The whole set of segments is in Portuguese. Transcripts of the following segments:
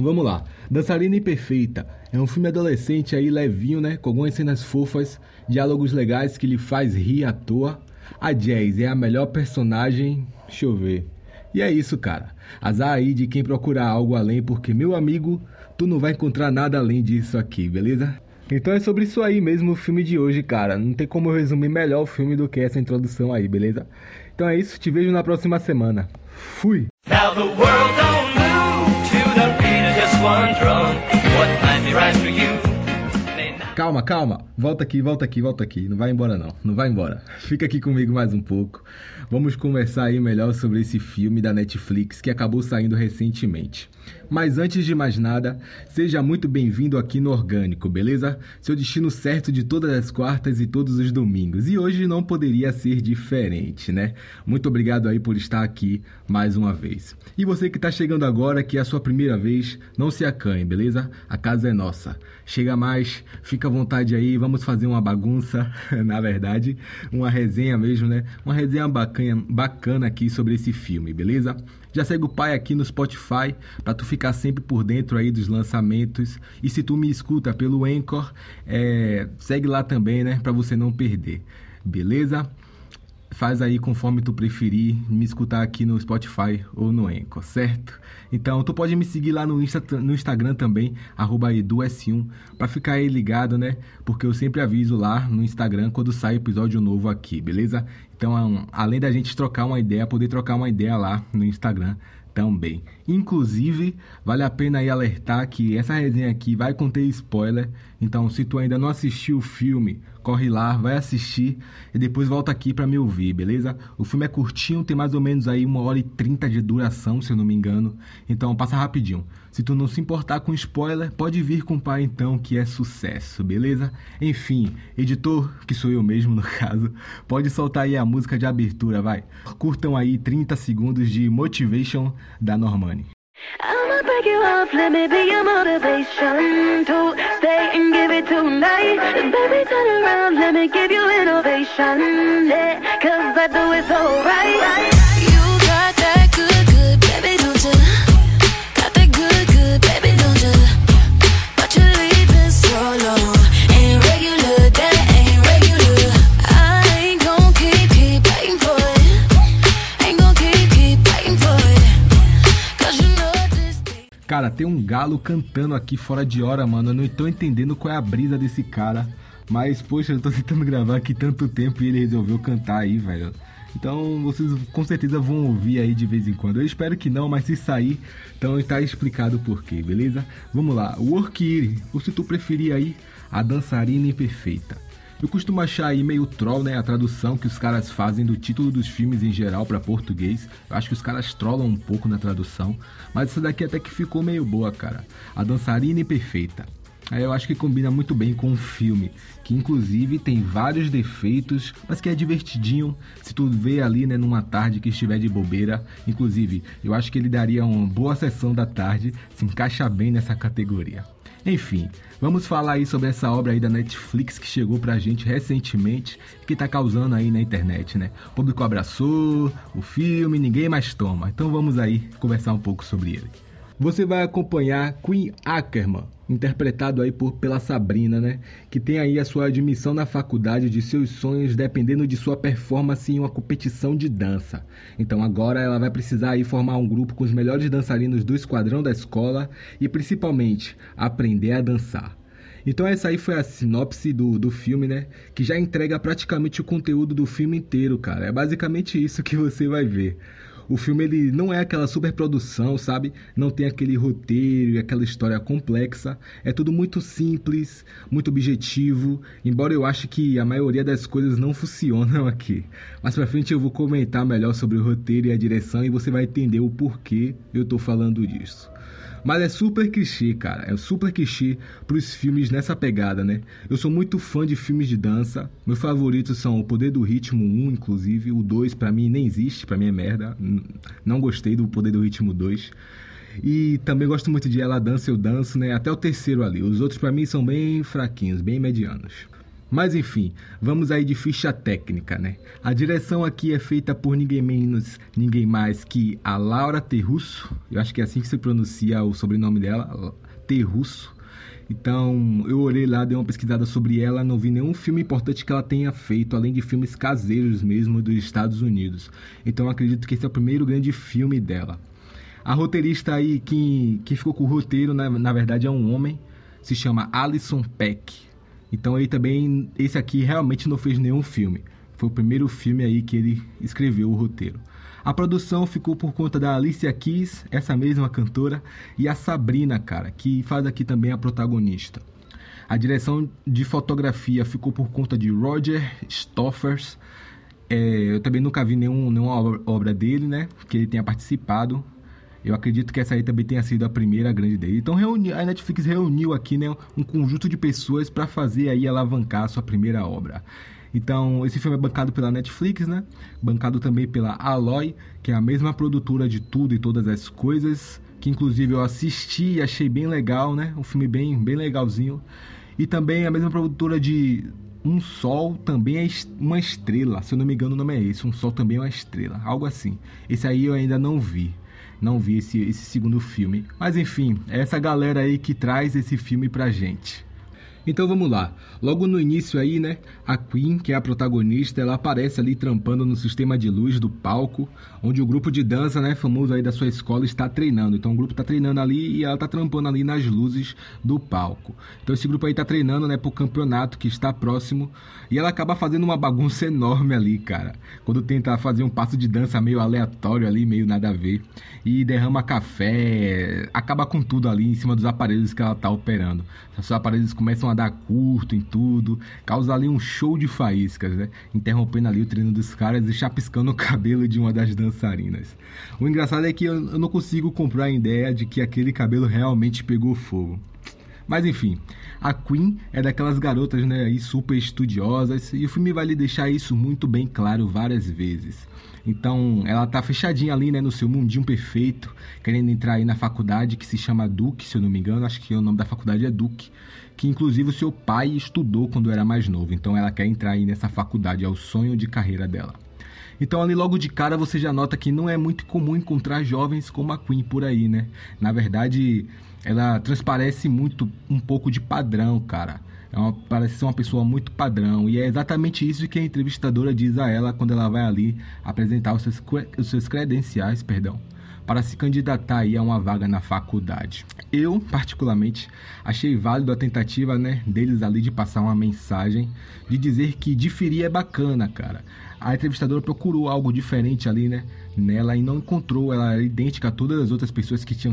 Vamos lá. Dançarina Imperfeita é um filme adolescente aí levinho, né? Com algumas cenas fofas, diálogos legais que lhe faz rir à toa. A Jazz é a melhor personagem. Deixa eu ver. E é isso, cara. Azar aí de quem procurar algo além, porque, meu amigo, tu não vai encontrar nada além disso aqui, beleza? Então é sobre isso aí mesmo o filme de hoje, cara. Não tem como eu resumir melhor o filme do que essa introdução aí, beleza? Então é isso, te vejo na próxima semana. Fui! Now the world don't move to the beat of just one drum. What might be right for you may not. Calma. Volta aqui. Não vai embora não. Não vai embora. Fica aqui comigo mais um pouco. Vamos conversar aí melhor sobre esse filme da Netflix que acabou saindo recentemente. Mas antes de mais nada, seja muito bem-vindo aqui no Orgânico, beleza? Seu destino certo de todas as quartas e todos os domingos. E hoje não poderia ser diferente, né? Muito obrigado aí por estar aqui mais uma vez. E você que está chegando agora, que é a sua primeira vez, não se acanhe, beleza? A casa é nossa. Chega mais, fica à vontade aí, vamos fazer uma bagunça, na verdade, uma resenha mesmo, né? Uma resenha bacana aqui sobre esse filme, beleza? Já segue o pai aqui no Spotify para tu ficar sempre por dentro aí dos lançamentos. E se tu me escuta pelo Anchor, segue lá também, né? Para você não perder, beleza? Faz aí conforme tu preferir me escutar aqui no Spotify ou no Anchor, certo? Então, tu pode me seguir lá no Instagram também, @edus1, para ficar aí ligado, né? Porque eu sempre aviso lá no Instagram quando sai episódio novo aqui, beleza? Então, além da gente poder trocar uma ideia lá no Instagram também. Inclusive, vale a pena aí alertar que essa resenha aqui vai conter spoiler. Então, se tu ainda não assistiu o filme, corre lá, vai assistir e depois volta aqui pra me ouvir, beleza? O filme é curtinho, tem mais ou menos aí 1h30 de duração, se eu não me engano. Então, passa rapidinho. Se tu não se importar com spoiler, pode vir com o pai então, que é sucesso, beleza? Enfim, editor, que sou eu mesmo no caso, pode soltar aí a música de abertura, vai. Curtam aí 30 segundos de Motivation da Normani. I'ma break you off, let me be your motivation to stay and give it tonight. Baby, turn around, let me give you innovation, yeah, 'cause I do it so right. You got that good, baby, don't you? Got that good, baby, don't you? But you're leaving so long, ain't regular, that ain't regular. I ain't gon' keep fighting for it. Ain't gon' keep fighting for it. Cara, tem um galo cantando aqui fora de hora, mano. Eu não tô entendendo qual é a brisa desse cara. Mas, poxa, eu tô tentando gravar aqui tanto tempo e ele resolveu cantar aí, velho. Então, vocês com certeza vão ouvir aí de vez em quando. Eu espero que não, mas se sair, então tá explicado o porquê, beleza? Vamos lá, Work It, ou se tu preferir aí, a Dançarina Imperfeita. Eu costumo achar aí meio troll, né, a tradução que os caras fazem do título dos filmes em geral para português. Eu acho que os caras trollam um pouco na tradução, mas essa daqui até que ficou meio boa, cara. A Dançarina Imperfeita. Aí eu acho que combina muito bem com o filme, que inclusive tem vários defeitos, mas que é divertidinho se tu vê ali, né, numa tarde que estiver de bobeira. Inclusive, eu acho que ele daria uma boa sessão da tarde, se encaixa bem nessa categoria. Enfim, vamos falar aí sobre essa obra aí da Netflix que chegou pra gente recentemente e que tá causando aí na internet, né? O público abraçou o filme, ninguém mais toma. Então vamos aí conversar um pouco sobre ele. Você vai acompanhar Queen Ackerman, interpretado aí pela Sabrina, né? Que tem aí a sua admissão na faculdade de seus sonhos dependendo de sua performance em uma competição de dança. Então agora ela vai precisar aí formar um grupo com os melhores dançarinos do esquadrão da escola e principalmente aprender a dançar. Então essa aí foi a sinopse do filme, né? Que já entrega praticamente o conteúdo do filme inteiro, cara. É basicamente isso que você vai ver. O filme, ele não é aquela superprodução, sabe? Não tem aquele roteiro e aquela história complexa. É tudo muito simples, muito objetivo. Embora eu ache que a maioria das coisas não funcionam aqui. Mais pra frente eu vou comentar melhor sobre o roteiro e a direção e você vai entender o porquê eu tô falando disso. Mas é super clichê, cara. É super clichê pros filmes nessa pegada, né? Eu sou muito fã de filmes de dança. Meus favoritos são O Poder do Ritmo 1, inclusive. O 2 pra mim nem existe, pra mim é merda. Não gostei do Poder do Ritmo 2. E também gosto muito de Ela Dança, Eu Danço, né? Até o terceiro ali. Os outros pra mim são bem fraquinhos, bem medianos. Mas enfim, vamos aí de ficha técnica, né? A direção aqui é feita por ninguém menos, ninguém mais que a Laura Terrusso. Eu acho que é assim que se pronuncia o sobrenome dela, Terrusso. Então, eu olhei lá, dei uma pesquisada sobre ela, não vi nenhum filme importante que ela tenha feito, além de filmes caseiros mesmo dos Estados Unidos. Então, acredito que esse é o primeiro grande filme dela. A roteirista aí, que ficou com o roteiro, na verdade é um homem, se chama Alison Peck. Então ele também, esse aqui realmente não fez nenhum filme. Foi o primeiro filme aí que ele escreveu o roteiro. A produção ficou por conta da Alicia Keys, essa mesma cantora, e a Sabrina, cara, que faz aqui também a protagonista. A direção de fotografia ficou por conta de Roger Stoffers. Eu também nunca vi nenhuma obra dele, né, que ele tenha participado. Eu acredito que essa aí também tenha sido a primeira grande dele. Então a Netflix reuniu aqui, né, um conjunto de pessoas para fazer aí alavancar a sua primeira obra. Então esse filme é bancado pela Netflix, né? Bancado também pela Aloy, que é a mesma produtora de Tudo e Todas as Coisas, que inclusive eu assisti e achei bem legal, né? Um filme bem legalzinho. E também a mesma produtora de Um Sol Também é uma Estrela, se eu não me engano o nome é esse, Um Sol Também é uma Estrela, algo assim. Esse aí eu ainda não vi. Não vi esse segundo filme. Mas enfim, é essa galera aí que traz esse filme pra gente. Então vamos lá. Logo no início aí, né, a Queen, que é a protagonista, ela aparece ali trampando no sistema de luz do palco, onde o grupo de dança, né, famoso aí da sua escola está treinando. Então o grupo está treinando ali e ela está trampando ali nas luzes do palco. Então esse grupo aí está treinando, né, pro campeonato que está próximo, e ela acaba fazendo uma bagunça enorme ali, cara. Quando tenta fazer um passo de dança meio aleatório ali, meio nada a ver, e derrama café, acaba com tudo ali em cima dos aparelhos que ela tá operando. Os aparelhos começam a dar curto em tudo, causa ali um show de faíscas, né? Interrompendo ali o treino dos caras e chapiscando o cabelo de uma das dançarinas. O engraçado é que eu não consigo comprar a ideia de que aquele cabelo realmente pegou fogo. Mas enfim, a Queen é daquelas garotas, né, aí super estudiosas, e o filme vai lhe deixar isso muito bem claro várias vezes. Então, ela tá fechadinha ali, né, no seu mundinho perfeito, querendo entrar aí na faculdade que se chama Duke, se eu não me engano, acho que o nome da faculdade é Duke, que inclusive o seu pai estudou quando era mais novo. Então, ela quer entrar aí nessa faculdade, é o sonho de carreira dela. Então, ali logo de cara, você já nota que não é muito comum encontrar jovens como a Queen por aí, né? Na verdade, ela transparece muito um pouco de padrão, cara. Parece ser uma pessoa muito padrão, e é exatamente isso que a entrevistadora diz a ela quando ela vai ali apresentar os seus credenciais, para se candidatar aí a uma vaga na faculdade. Eu, particularmente, achei válido a tentativa, né, deles ali de passar uma mensagem, de dizer que diferir é bacana, cara. A entrevistadora procurou algo diferente ali, né, nela, e não encontrou. Ela era idêntica a todas as outras pessoas que tinham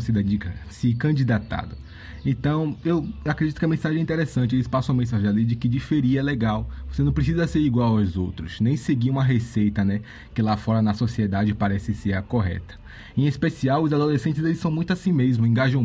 se candidatado. Então, eu acredito que a mensagem é interessante. Eles passam a mensagem ali de que diferir é legal. Você não precisa ser igual aos outros, nem seguir uma receita, né, que lá fora na sociedade parece ser a correta. Em especial, os adolescentes, eles são muito assim mesmo, engajam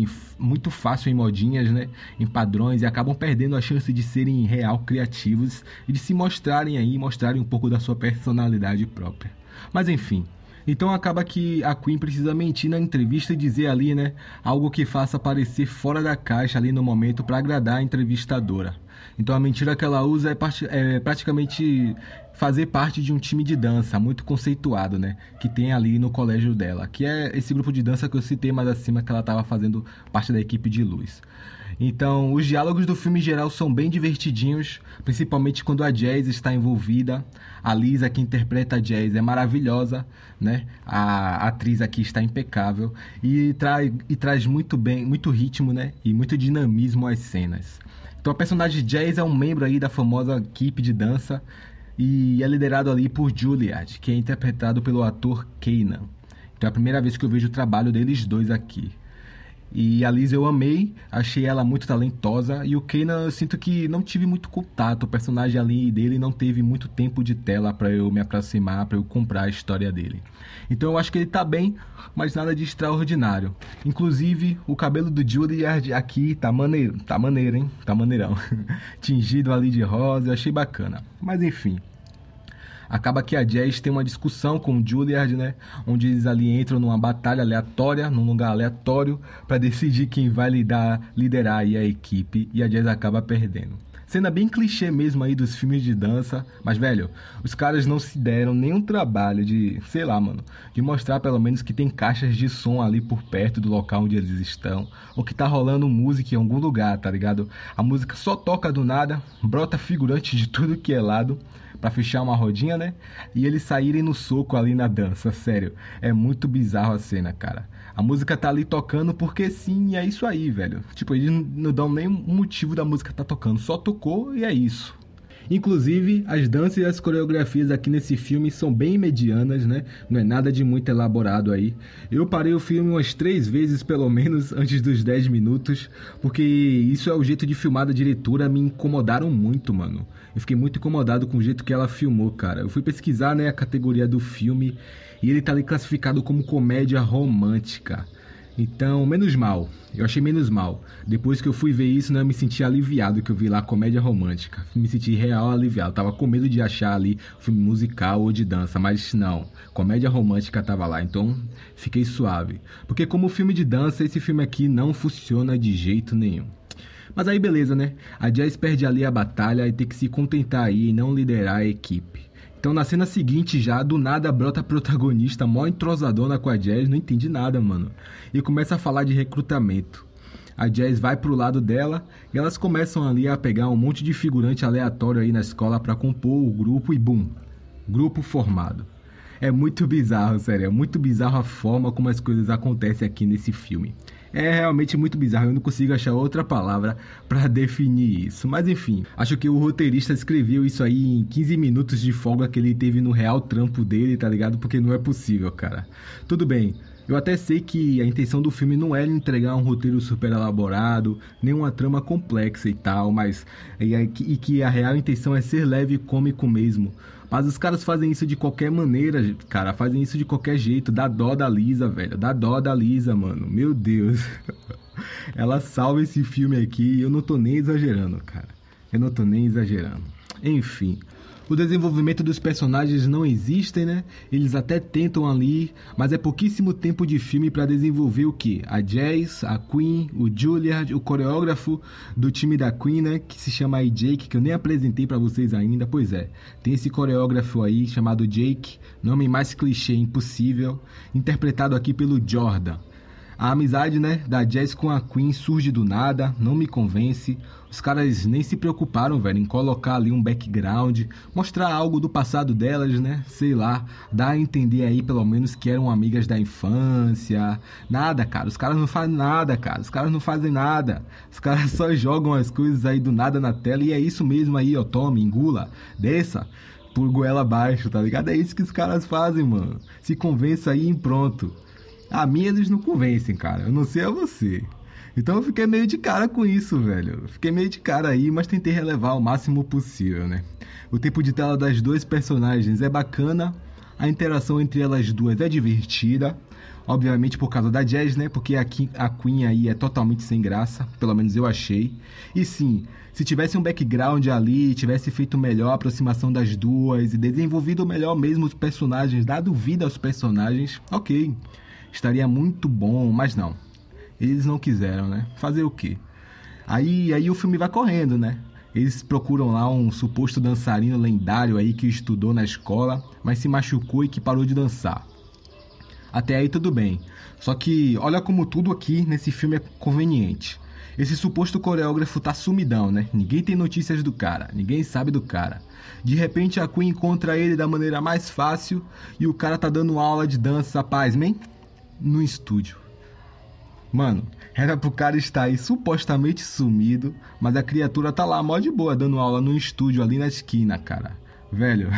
muito fácil em modinhas, né, em padrões, e acabam perdendo a chance de serem real criativos e de se mostrarem um pouco da sua personalidade própria. Mas enfim, então acaba que a Queen precisa mentir na entrevista e dizer ali, né, algo que faça parecer fora da caixa ali no momento para agradar a entrevistadora. Então a mentira que ela usa é praticamente fazer parte de um time de dança muito conceituado, né, que tem ali no colégio dela, que é esse grupo de dança que eu citei mais acima, que ela estava fazendo parte da equipe de luz. Então, os diálogos do filme em geral são bem divertidinhos, principalmente quando a Jazz está envolvida. A Lisa, que interpreta a Jazz, é maravilhosa, né? A atriz aqui está impecável e traz muito bem, muito ritmo, né, e muito dinamismo às cenas. Então, a personagem Jazz é um membro aí da famosa equipe de dança e é liderado ali por Juilliard, que é interpretado pelo ator Kanan. Então, é a primeira vez que eu vejo o trabalho deles dois aqui. E a Liz eu amei, achei ela muito talentosa, e o Kanan eu sinto que não tive muito contato, o personagem ali dele não teve muito tempo de tela para eu me aproximar, para eu comprar a história dele. Então eu acho que ele tá bem, mas nada de extraordinário. Inclusive o cabelo do Juilliard aqui tá maneiro, hein? Tá maneirão. Tingido ali de rosa, eu achei bacana. Mas enfim. Acaba que a Jazz tem uma discussão com o Juilliard, né, onde eles ali entram numa batalha aleatória, num lugar aleatório, para decidir quem vai liderar aí a equipe, e a Jazz acaba perdendo. Cena bem clichê mesmo aí dos filmes de dança. Mas, velho, os caras não se deram nenhum trabalho de, sei lá, mano, de mostrar pelo menos que tem caixas de som ali por perto do local onde eles estão. Ou que tá rolando música em algum lugar, tá ligado? A música só toca do nada, brota figurante de tudo que é lado, pra fechar uma rodinha, né? E eles saírem no soco ali na dança, sério. É muito bizarro a cena, cara. A música tá ali tocando porque sim, e é isso aí, velho. Tipo, eles não dão nem um motivo da música tá tocando, só tocou e é isso. Inclusive, as danças e as coreografias aqui nesse filme são bem medianas, né? Não é nada de muito elaborado aí. Eu parei o filme umas 3 vezes, pelo menos, antes dos 10 minutos, porque isso é o jeito de filmar da diretora, me incomodaram muito, mano. Eu fiquei muito incomodado com o jeito que ela filmou, cara. Eu fui pesquisar, né, a categoria do filme e ele tá ali classificado como comédia romântica. Então, menos mal. Eu achei menos mal. Depois que eu fui ver isso, né, eu me senti aliviado que eu vi lá comédia romântica. Me senti real aliviado. Tava com medo de achar ali filme musical ou de dança, mas não. Comédia romântica tava lá, então fiquei suave. Porque como filme de dança, esse filme aqui não funciona de jeito nenhum. Mas aí beleza, né? A Jazz perde ali a batalha e tem que se contentar aí e não liderar a equipe. Então na cena seguinte já, do nada brota a protagonista mó entrosadona com a Jazz, não entendi nada, mano. E começa a falar de recrutamento. A Jazz vai pro lado dela e elas começam ali a pegar um monte de figurante aleatório aí na escola pra compor o grupo e bum, grupo formado. É muito bizarro, sério, é muito bizarro a forma como as coisas acontecem aqui nesse filme. É realmente muito bizarro, eu não consigo achar outra palavra pra definir isso. Mas enfim, acho que o roteirista escreveu isso aí em 15 minutos de folga que ele teve no real trampo dele, tá ligado? Porque não é possível, cara. Tudo bem, eu até sei que a intenção do filme não é entregar um roteiro super elaborado, nem uma trama complexa e tal, mas e que a real intenção é ser leve e cômico mesmo. Mas os caras fazem isso de qualquer maneira, cara, fazem isso de qualquer jeito. Dá dó da Lisa, velho, dá dó da Lisa, mano, meu Deus. Ela salva esse filme aqui e eu não tô nem exagerando, cara. Eu não tô nem exagerando. Enfim, o desenvolvimento dos personagens não existem, né? Eles até tentam ali, mas é pouquíssimo tempo de filme pra desenvolver o quê? A Jazz, a Queen, o Juilliard, o coreógrafo do time da Queen, né? Que se chama aí Jake, que eu nem apresentei pra vocês ainda. Pois é, tem esse coreógrafo aí chamado Jake, nome mais clichê impossível, interpretado aqui pelo Jordan. A amizade, né, da Jazz com a Queen surge do nada, não me convence. Os caras nem se preocuparam, velho, em colocar ali um background, mostrar algo do passado delas, né, sei lá, dar a entender aí pelo menos que eram amigas da infância. Nada, cara, os caras não fazem nada, cara, os caras não fazem nada. Os caras só jogam as coisas aí do nada na tela e é isso mesmo aí, ó, tome, engula, desça por goela abaixo, tá ligado? É isso que os caras fazem, mano. Se convença aí e pronto. A mim eles não convencem, cara. Eu não sei a você. Então eu fiquei meio de cara com isso, velho. Fiquei meio de cara aí, mas tentei relevar o máximo possível, né? O tempo de tela das duas personagens é bacana. A interação entre elas duas é divertida. Obviamente por causa da Jazz, né? Porque aqui a Queen aí é totalmente sem graça. Pelo menos eu achei. E sim, se tivesse um background ali, tivesse feito melhor a aproximação das duas e desenvolvido melhor mesmo os personagens, dado vida aos personagens, ok. Estaria muito bom, mas não. Eles não quiseram, né? Fazer o quê? Aí o filme vai correndo, né? Eles procuram lá um suposto dançarino lendário aí que estudou na escola, mas se machucou e que parou de dançar. Até aí tudo bem. Só que olha como tudo aqui nesse filme é conveniente. Esse suposto coreógrafo tá sumidão, né? Ninguém tem notícias do cara, ninguém sabe do cara. De repente a Queen encontra ele da maneira mais fácil e o cara tá dando aula de dança, pasmem, no estúdio. Mano, era pro cara estar aí supostamente sumido, mas a criatura tá lá mó de boa dando aula no estúdio ali na esquina, cara. Velho,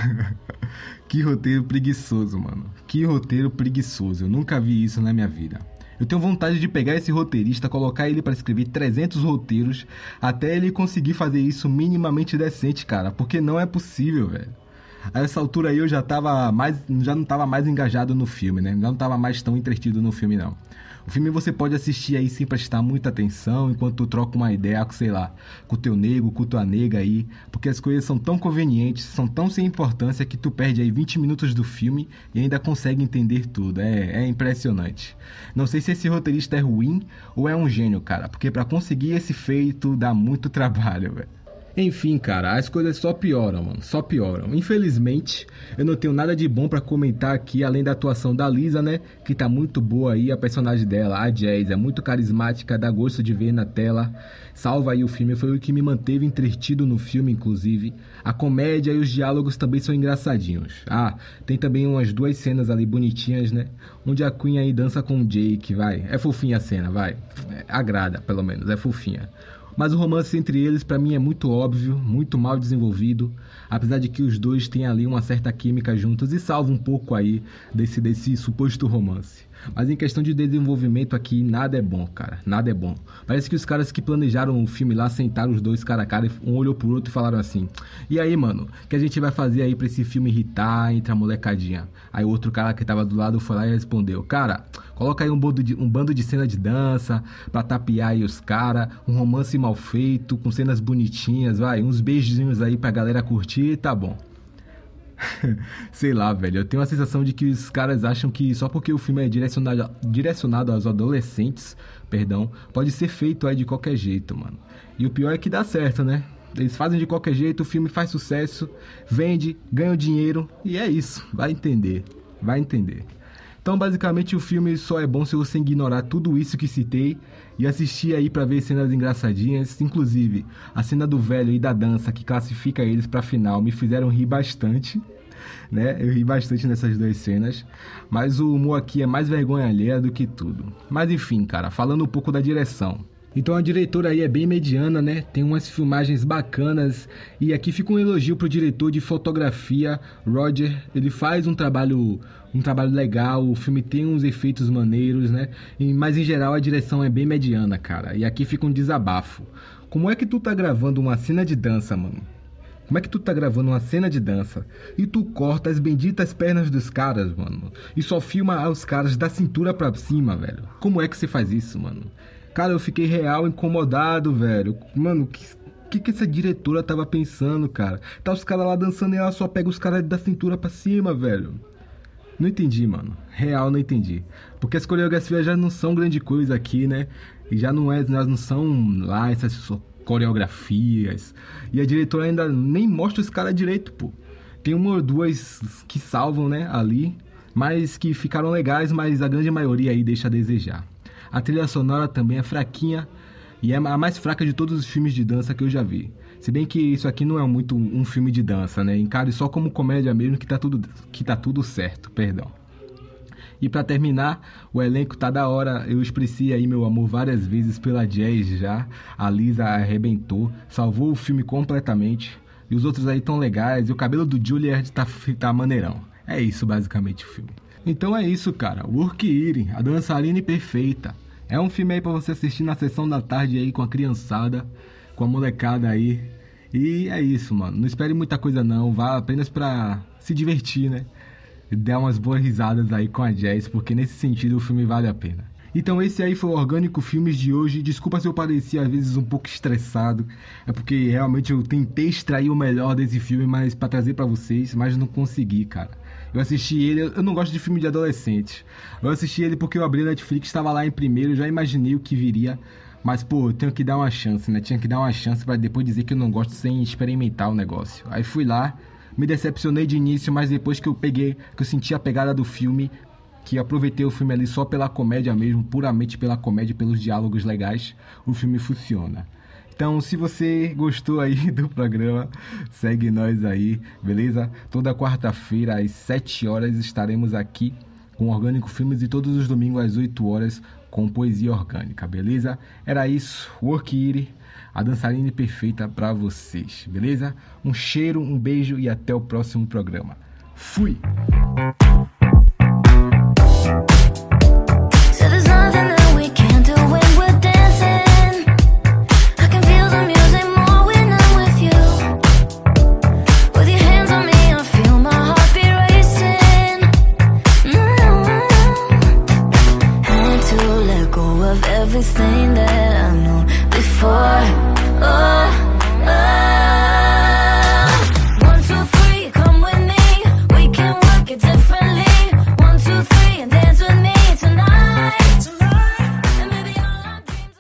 que roteiro preguiçoso, mano. Que roteiro preguiçoso, eu nunca vi isso na minha vida. Eu tenho vontade de pegar esse roteirista, colocar ele pra escrever 300 roteiros, até ele conseguir fazer isso minimamente decente, cara, porque não é possível, velho. A essa altura aí eu já não tava mais engajado no filme, né? Já não tava mais tão entretido no filme, não. O filme você pode assistir aí sem prestar muita atenção, enquanto tu troca uma ideia, sei lá, com o teu nego, com tua nega aí, porque as coisas são tão convenientes, são tão sem importância que tu perde aí 20 minutos do filme e ainda consegue entender tudo. É impressionante. Não sei se esse roteirista é ruim ou é um gênio, cara, porque pra conseguir esse feito dá muito trabalho, velho. Enfim, cara, as coisas só pioram, mano, só pioram. Infelizmente, eu não tenho nada de bom pra comentar aqui, além da atuação da Lisa, né, que tá muito boa aí, a personagem dela, a Jazz, é muito carismática, dá gosto de ver na tela, salva aí o filme, foi o que me manteve entretido no filme, inclusive. A comédia e os diálogos também são engraçadinhos. Ah, tem também umas 2 cenas ali bonitinhas, né, onde a Queen aí dança com o Jake, vai, é fofinha a cena, vai, agrada, pelo menos, é fofinha. Mas o romance entre eles, pra mim, é muito óbvio, muito mal desenvolvido, apesar de que os dois têm ali uma certa química juntos e salva um pouco aí desse suposto romance. Mas em questão de desenvolvimento aqui, nada é bom, cara, nada é bom. Parece que os caras que planejaram o filme lá sentaram os dois cara a cara, um olhou pro outro e falaram assim: e aí, mano, o que a gente vai fazer aí pra esse filme irritar entre a molecadinha? Aí o outro cara que tava do lado foi lá e respondeu: cara, coloca aí um bando de cena de dança pra tapear aí os caras, um romance mal feito, com cenas bonitinhas, vai, uns beijinhos aí pra galera curtir e tá bom. Sei lá, velho, eu tenho a sensação de que os caras acham que só porque o filme é direcionado aos adolescentes, pode ser feito aí de qualquer jeito, mano. E o pior é que dá certo, né? Eles fazem de qualquer jeito, o filme faz sucesso, vende, ganha dinheiro e é isso, vai entender. Então, basicamente, o filme só é bom se você ignorar tudo isso que citei e assistir aí pra ver cenas engraçadinhas. Inclusive, a cena do velho e da dança que classifica eles pra final me fizeram rir bastante, né? Eu ri bastante nessas 2 cenas, mas o humor aqui é mais vergonha alheia do que tudo. Mas enfim, cara, falando um pouco da direção. Então a diretora aí é bem mediana, né? Tem umas filmagens bacanas e aqui fica um elogio pro diretor de fotografia, Roger. Ele faz um trabalho legal, o filme tem uns efeitos maneiros, né? Mas em geral a direção é bem mediana, cara. E aqui fica um desabafo. Como é que tu tá gravando uma cena de dança, mano? Como é que tu tá gravando uma cena de dança e tu corta as benditas pernas dos caras, mano? E só filma os caras da cintura pra cima, velho? Como é que você faz isso, mano? Cara, eu fiquei real incomodado, velho. Mano, que essa diretora tava pensando, cara? Tá os caras lá dançando e ela só pega os caras da cintura pra cima, velho. Não entendi, mano. Real, não entendi. Porque as coreografias já não são grande coisa aqui, né? E já não são lá essas coreografias. E a diretora ainda nem mostra os caras direito, pô. Tem uma ou 2 que salvam, né, ali. Mas que ficaram legais, mas a grande maioria aí deixa a desejar. A trilha sonora também é fraquinha e é a mais fraca de todos os filmes de dança que eu já vi. Se bem que isso aqui não é muito um filme de dança, né? Encare só como comédia mesmo que tá tudo certo, perdão. E pra terminar, o elenco tá da hora. Eu expressei aí meu amor várias vezes pela Jazz já. A Lisa arrebentou, salvou o filme completamente. E os outros aí tão legais. E o cabelo do Juilliard tá maneirão. É isso basicamente o filme. Então é isso, cara. Work It, a dançarina perfeita. É um filme aí pra você assistir na sessão da tarde aí com a criançada, com a molecada aí. E é isso, mano. Não espere muita coisa não. Vá apenas pra se divertir, né? E dar umas boas risadas aí com a Jazz, porque nesse sentido o filme vale a pena. Então esse aí foi o Orgânico Filmes de hoje. Desculpa se eu parecia às vezes um pouco estressado. É porque realmente eu tentei extrair o melhor desse filme, mas pra trazer pra vocês, mas não consegui, cara. Eu assisti ele, eu não gosto de filme de adolescente. Eu assisti ele porque eu abri a Netflix, estava lá em primeiro, já imaginei o que viria. Mas, pô, eu tenho que dar uma chance, né? Tinha que dar uma chance pra depois dizer que eu não gosto sem experimentar o negócio. Aí fui lá, me decepcionei de início, mas depois que eu senti a pegada do filme, que aproveitei o filme ali só pela comédia mesmo, puramente pela comédia, pelos diálogos legais, o filme funciona. Então, se você gostou aí do programa, segue nós aí, beleza? Toda quarta-feira, às 7 horas, estaremos aqui com Orgânico Filmes e todos os domingos, às 8 horas, com Poesia Orgânica, beleza? Era isso, Work It, a dançarina perfeita pra vocês, beleza? Um cheiro, um beijo e até o próximo programa. Fui!